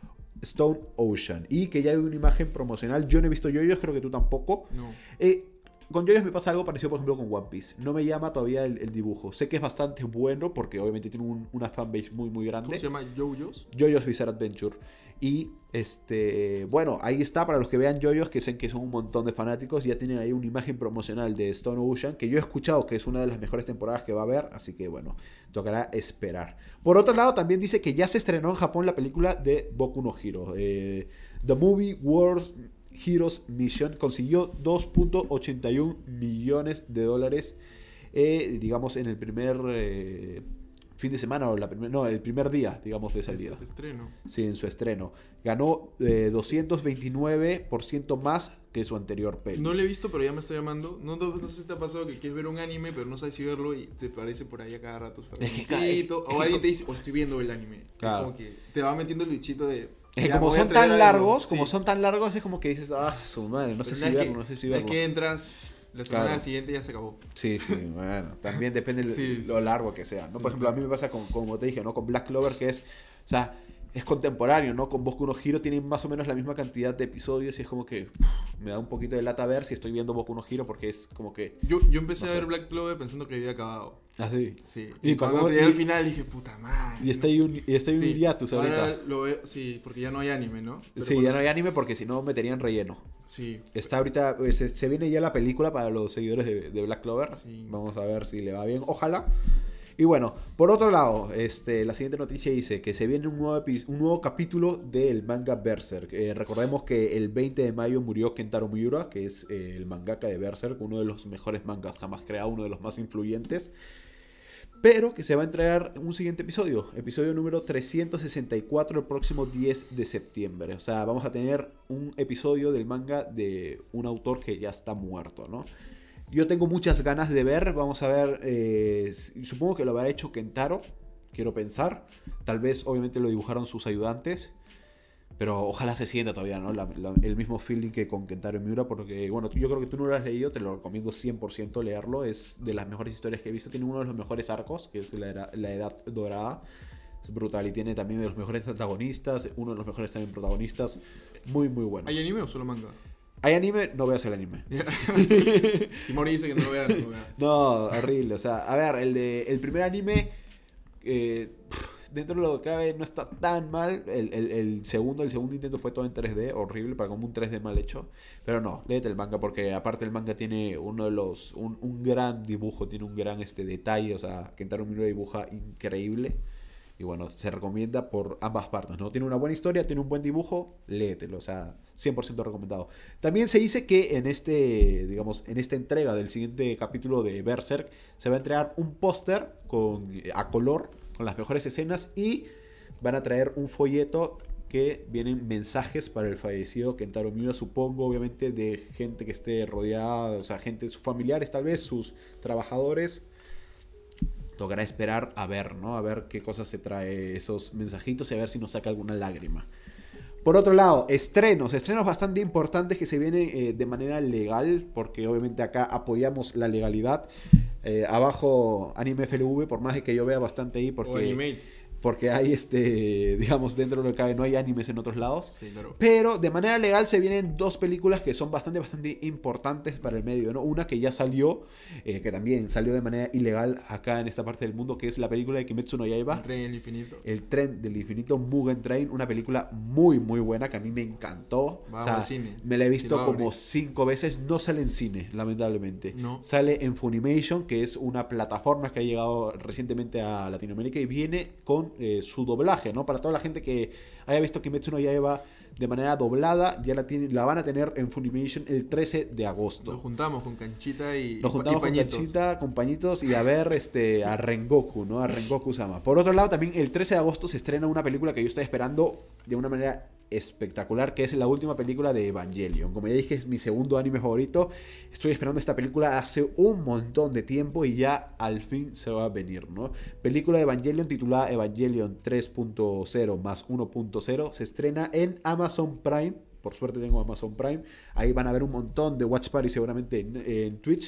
Stone Ocean. Y que ya hay una imagen promocional. Yo no he visto JoJo's, creo que tú tampoco. No. Eh, con JoJo's me pasa algo parecido, por ejemplo, con One Piece. No me llama todavía el, el dibujo. Sé que es bastante bueno porque obviamente tiene un, una fanbase muy, muy grande. ¿Cómo se llama? ¿JoJo's? JoJo's Bizarre Adventure. Y este, bueno, ahí está para los que vean JoJo's, que sé que son un montón de fanáticos. Ya tienen ahí una imagen promocional de Stone Ocean, que yo he escuchado que es una de las mejores temporadas que va a haber. Así que bueno, tocará esperar. Por otro lado, también dice que ya se estrenó en Japón la película de Boku no Hero. Eh, The Movie World Heroes Mission consiguió dos punto ochenta y uno millones de dólares, eh, digamos, en el primer... Eh, fin de semana o la primer, no, el primer día, digamos, de salida. Este estreno. Sí, en su estreno. Ganó eh, doscientos veintinueve por ciento más que su anterior peli. No lo he visto, pero ya me está llamando. No, no, no sé si te ha pasado que quieres ver un anime, pero no sabes si verlo y te parece por ahí a cada rato. Es que cada- es- o es que- alguien te dice, o estoy viendo el anime. Claro. Es como que te va metiendo el bichito de... Es que ya, como me voy a son atrever tan a verlo. largos, como Sí. son tan largos, es como que dices, ah, su madre, no sé Pero si es verlo, que- no sé si es verlo. que entras, la semana Claro. siguiente ya se acabó. Sí, sí, bueno, también depende de Sí, lo sí. largo que sea, ¿no? Sí, Por ejemplo, a mí me pasa con, como te dije, ¿no? Con Black Clover, que es, o sea, es contemporáneo, ¿no? Con Boku no Hero tienen más o menos la misma cantidad de episodios y es como que uf, me da un poquito de lata ver si estoy viendo Boku no Hero porque es como que... Yo, yo empecé No a sé. ver Black Clover pensando que había acabado. Así. Sí. Y Y, cuando- cuando llegué y- al final dije, puta madre. Y está ahí un, y está ahí un Sí. hiatus ahorita. Ahora lo veo, sí, porque ya no hay anime, ¿no? Pero Sí, cuando ya no se- hay anime porque si no meterían relleno. Sí. Está ahorita, pues, se, se viene ya la película para los seguidores de, de Black Clover. Sí. Vamos a ver si le va bien, ojalá. Y bueno, por otro lado, este, la siguiente noticia dice que se viene un nuevo, epi- un nuevo capítulo del manga Berserk. Eh, recordemos que el veinte de mayo murió Kentaro Miura, que es eh, el mangaka de Berserk, uno de los mejores mangas jamás creado, uno de los más influyentes. Pero que se va a entregar un siguiente episodio, episodio número trescientos sesenta y cuatro, el próximo diez de septiembre. O sea, vamos a tener un episodio del manga de un autor que ya está muerto, ¿no? Yo tengo muchas ganas de ver, vamos a ver, eh, supongo que lo habrá hecho Kentaro, quiero pensar. Tal vez, obviamente, lo dibujaron sus ayudantes. Pero ojalá se sienta todavía, ¿no? La- la- el mismo feeling que con Kentaro Miura, porque, bueno, yo creo que tú no lo has leído, te lo recomiendo cien por ciento leerlo. Es de las mejores historias que he visto. Tiene uno de los mejores arcos, que es la, era- la Edad Dorada. Es brutal y tiene también de los mejores protagonistas, uno de los mejores también protagonistas. Muy, muy bueno. ¿Hay anime o solo manga? ¿Hay anime? No veas el anime. Si Mori dice que no lo vea, no lo vea. No, horrible. O sea, a ver, el, de, el primer anime, eh, dentro de lo que cabe, no está tan mal. El, el, el segundo, el segundo intento fue todo en tres D, horrible, para como un tres D mal hecho. Pero no, léete el manga, porque aparte el manga tiene uno de los, un, un gran dibujo, tiene un gran este, detalle. O sea, Kentaro Miura dibuja increíble. Y bueno, se recomienda por ambas partes, ¿no? Tiene una buena historia, tiene un buen dibujo, léetelo, o sea, cien por ciento recomendado. También se dice que en este, digamos, en esta entrega del siguiente capítulo de Berserk se va a entregar un póster con a color, con las mejores escenas, y van a traer un folleto que vienen mensajes para el fallecido Kentaro Miura, supongo, obviamente, de gente que esté rodeada, o sea, gente, sus familiares tal vez, sus trabajadores. Tocará esperar a ver, ¿no? A ver qué cosas se trae esos mensajitos y a ver si nos saca alguna lágrima. Por otro lado, estrenos, estrenos bastante importantes que se vienen eh, de manera legal, porque obviamente acá apoyamos la legalidad. Eh, abajo Anime F L V, por más de que yo vea bastante ahí, O porque, Animate. porque hay, este, digamos, dentro de lo que cabe, no hay animes en otros lados. Sí, claro. Pero de manera legal se vienen dos películas que son bastante, bastante importantes para el medio, ¿no? Una que ya salió, eh, que también salió de manera ilegal acá en esta parte del mundo, que es la película de Kimetsu no Yaiba. El Rey del Infinito. El tren del infinito, Mugen Train, una película muy muy buena que a mí me encantó. Vamos O sea, al cine. me la he visto Si lo abre. como cinco veces, no sale en cine, lamentablemente. No. Sale en Funimation, que es una plataforma que ha llegado recientemente a Latinoamérica y viene con eh, su doblaje, ¿no? Para toda la gente que haya visto Kimetsu no Yaiba de manera doblada, ya la, tiene, la van a tener en Funimation el trece de agosto. Nos juntamos con Canchita y, Nos y juntamos con pañitos. Cachita, con pañitos y a ver este, a Rengoku, ¿no? A Rengoku-sama. Por otro lado, también el trece de agosto se estrena una película que yo estoy esperando de una manera espectacular, que es la última película de Evangelion. Como ya dije, es mi segundo anime favorito. Estoy esperando esta película hace un montón de tiempo y ya al fin se va a venir, ¿no? Película de Evangelion titulada Evangelion tres punto cero más uno punto cero. Se estrena en Amazon Prime. Por suerte tengo Amazon Prime. Ahí van a ver un montón de Watch Party seguramente en, en Twitch.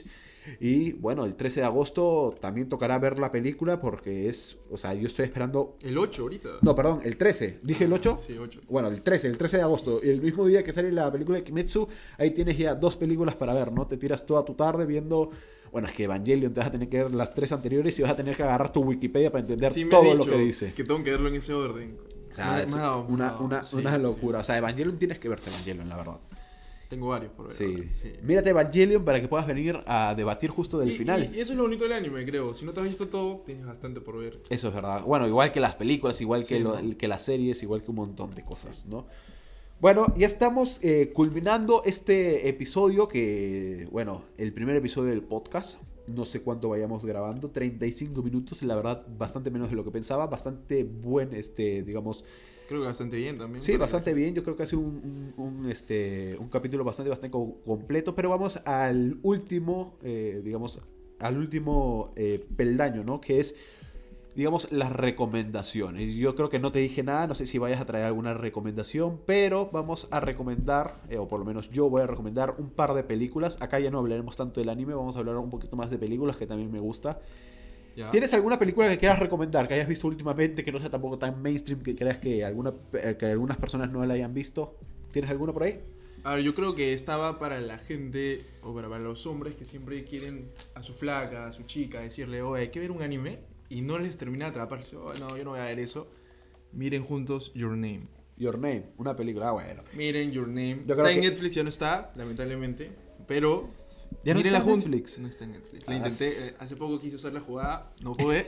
Y bueno, el trece de agosto también tocará ver la película porque es, o sea, yo estoy esperando... El ocho ahorita. No, perdón, el trece. ¿Dije el ocho? Sí, ocho. Bueno, el trece, el trece de agosto. El mismo día que sale la película de Kimetsu, ahí tienes ya dos películas para ver, ¿no? Te tiras toda tu tarde viendo... Bueno, es que Evangelion te vas a tener que ver las tres anteriores y vas a tener que agarrar tu Wikipedia para entender Sí, me todo has lo dicho que dice. que tengo que verlo en ese orden. O sea, Me- es me ha dado- me ha una, dado, una, sí, una sí. locura. O sea, Evangelion tienes que verte Evangelion, la verdad. Tengo varios por ver. Sí. ahora, sí. Mírate Evangelion para que puedas venir a debatir justo del Y, final. y- y eso es lo bonito del anime, creo. Si no te has visto todo, tienes bastante por ver. Eso es verdad. Bueno, igual que las películas, igual Sí, que, lo- ¿no? que las series, igual que un montón de cosas, ¿no? Bueno, ya estamos eh, culminando este episodio que, bueno, el primer episodio del podcast. No sé cuánto vayamos grabando, treinta y cinco minutos, la verdad, bastante menos de lo que pensaba, bastante buen, este, digamos... Creo que bastante bien también. Sí, para bastante que- bien, yo creo que ha sido un, un, un, este, un capítulo bastante, bastante co- completo, pero vamos al último, eh, digamos, al último eh, peldaño, ¿no? Que es, digamos, las recomendaciones. Yo creo que no te dije nada, no sé si vayas a traer alguna recomendación, pero vamos a recomendar, eh, o por lo menos yo voy a recomendar un par de películas. Acá ya no hablaremos tanto del anime, vamos a hablar un poquito más de películas que también me gusta. Ya. ¿Tienes alguna película que quieras recomendar, que hayas visto últimamente, que no sea tampoco tan mainstream, que creas que, alguna, que algunas personas no la hayan visto? ¿Tienes alguna por ahí? A ver, yo creo que estaba para la gente, o para, para los hombres que siempre quieren a su flaca, a su chica, decirle, oye, hay que ver un anime, y no les termina de atraparse. Oh, no, yo no voy a ver eso. Miren juntos Your Name. Your Name, una película, ah, bueno. Miren Your Name. Yo Está creo en que- Netflix, ya no está, lamentablemente. Pero. ¿Ya no mírenla está en jun- Netflix? No está en Netflix. Ah, La intenté, eh, hace poco quise hacer la jugada, no pude.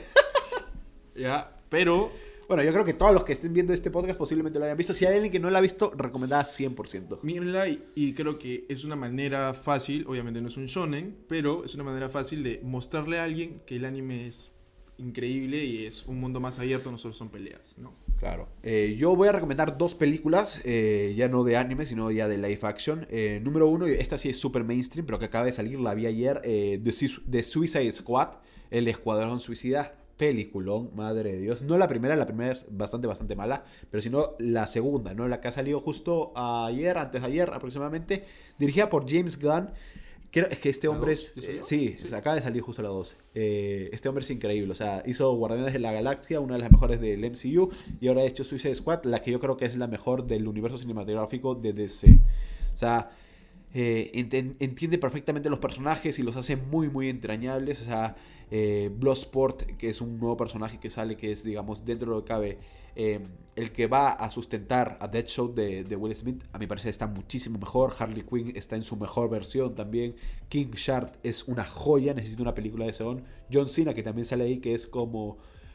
Ya, pero. Bueno, yo creo que todos los que estén viendo este podcast posiblemente lo hayan visto. Si hay alguien que no lo ha visto, recomendada cien por ciento. Mírenla y, y creo que es una manera fácil, obviamente no es un shonen, pero es una manera fácil de mostrarle a alguien que el anime es increíble y es un mundo más abierto, no solo son peleas, ¿no? Claro. Eh, yo voy a recomendar dos películas, eh, ya no de anime, sino ya de live action. Eh, número uno, esta sí es super mainstream, pero que acaba de salir, la vi ayer, eh, The, Su- The Suicide Squad, El Escuadrón Suicida. Peliculón, madre de Dios. No la primera, la primera es bastante, bastante mala, pero sino la segunda, ¿no? La que ha salido justo ayer, antes de ayer aproximadamente, dirigida por James Gunn. Creo, es que este ¿La hombre dos? es... ¿Ya eh, salió? sí, Sí. se acaba de salir justo la dos. Eh, este hombre es increíble, o sea, hizo Guardianes de la Galaxia, una de las mejores del M C U, y ahora ha hecho Suicide Squad, la que yo creo que es la mejor del universo cinematográfico de D C. O sea... Eh, enten- entiende perfectamente los personajes y los hace muy muy entrañables. O sea, eh, Bloodsport, que es un nuevo personaje que sale, que es, digamos, dentro de lo que cabe, eh, el que va a sustentar a Deadshot de, de Will Smith, a mi parecer está muchísimo mejor. Harley Quinn está en su mejor versión también. King Shark es una joya, necesita una película de ese on. John Cena, que también sale ahí, que es como...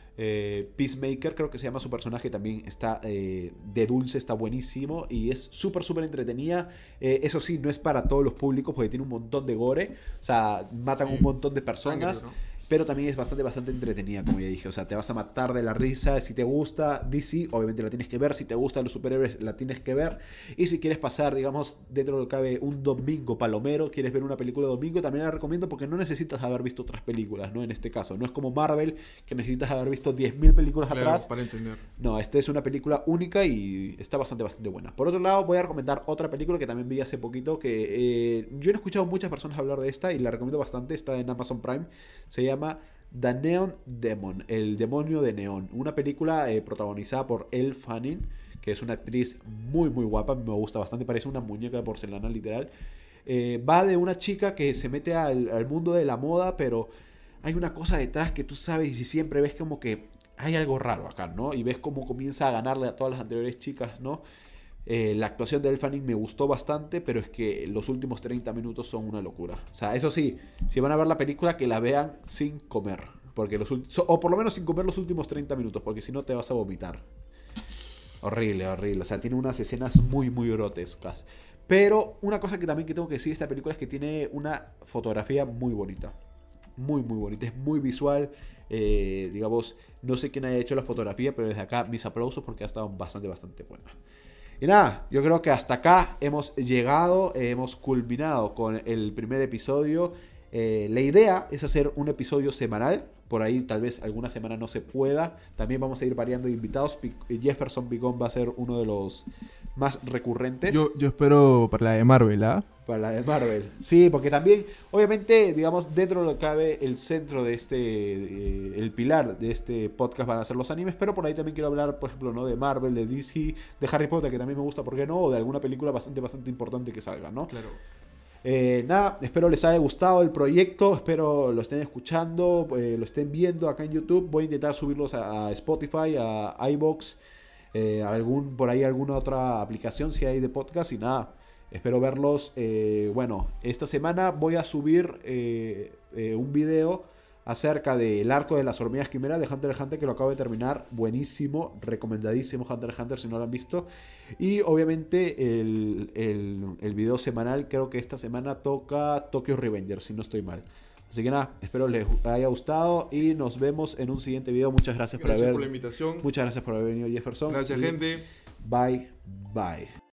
Eh, Peacemaker, creo que se llama su personaje, también está eh, de dulce, está buenísimo y es súper, súper entretenida. Eh, eso sí, no es para todos los públicos porque tiene un montón de gore, o sea, matan Sí. un montón de personas. Sangre, ¿no? Pero también es bastante, bastante entretenida, como ya dije. O sea, te vas a matar de la risa. Si te gusta D C, obviamente la tienes que ver. Si te gustan los superhéroes, la tienes que ver. Y si quieres pasar, digamos, dentro de lo que cabe un domingo palomero, quieres ver una película domingo, también la recomiendo porque no necesitas haber visto otras películas, ¿no? En este caso, no es como Marvel, que necesitas haber visto diez mil películas Claro, atrás. para entender. No, esta es una película única y está bastante, bastante buena. Por otro lado, voy a recomendar otra película que también vi hace poquito, que eh, yo no he escuchado muchas personas hablar de esta y la recomiendo bastante. Está en Amazon Prime. Se llama The Neon Demon, el demonio de neón. Una película eh, protagonizada por Elle Fanning, que es una actriz muy, muy guapa. Me gusta bastante, parece una muñeca de porcelana, literal. Eh, va de una chica que se mete al, al mundo de la moda, pero hay una cosa detrás que tú sabes y siempre ves como que hay algo raro acá, ¿no? Y ves cómo comienza a ganarle a todas las anteriores chicas, ¿no? Eh, la actuación de Elle Fanning me gustó bastante, pero es que los últimos treinta minutos son una locura. O sea, eso sí, si van a ver la película, que la vean sin comer. Porque los ulti- so- o por lo menos sin comer los últimos treinta minutos, porque si no te vas a vomitar. Horrible, horrible. O sea, tiene unas escenas muy, muy grotescas. Pero una cosa que también que tengo que decir de esta película es que tiene una fotografía muy bonita. Muy, muy bonita. Es muy visual. Eh, digamos, no sé quién haya hecho la fotografía, pero desde acá mis aplausos porque ha estado bastante, bastante buena. Y nada, yo creo que hasta acá hemos llegado, eh, hemos culminado con el primer episodio. Eh, la idea es hacer un episodio semanal, por ahí tal vez alguna semana no se pueda. También vamos a ir variando invitados. Jefferson Picón va a ser uno de los más recurrentes. Yo, yo espero para la de Marvel, ¿ah? ¿eh? Para la de Marvel. Sí, porque también, obviamente, digamos, dentro de lo que cabe, el centro de este, eh, el pilar de este podcast van a ser los animes, pero por ahí también quiero hablar, por ejemplo, ¿no? De Marvel, de D C, de Harry Potter, que también me gusta, ¿por qué no? O de alguna película bastante, bastante importante que salga, ¿no? Claro. Eh, nada, espero les haya gustado el proyecto, espero lo estén escuchando, eh, lo estén viendo acá en YouTube. Voy a intentar subirlos a, a Spotify, a iVoox, eh, algún, por ahí alguna otra aplicación si hay de podcast y nada. Espero verlos. Eh, bueno, esta semana voy a subir eh, eh, un video acerca del arco de las hormigas quimera de Hunter x Hunter, que lo acabo de terminar. Buenísimo, recomendadísimo Hunter x Hunter si no lo han visto. Y obviamente el, el, el video semanal, creo que esta semana toca Tokyo Revengers, si no estoy mal. Así que nada, espero les haya gustado y nos vemos en un siguiente video. Muchas gracias, gracias por haber por la invitación. Muchas gracias por haber venido, Jefferson. Gracias, gente. Bye, bye.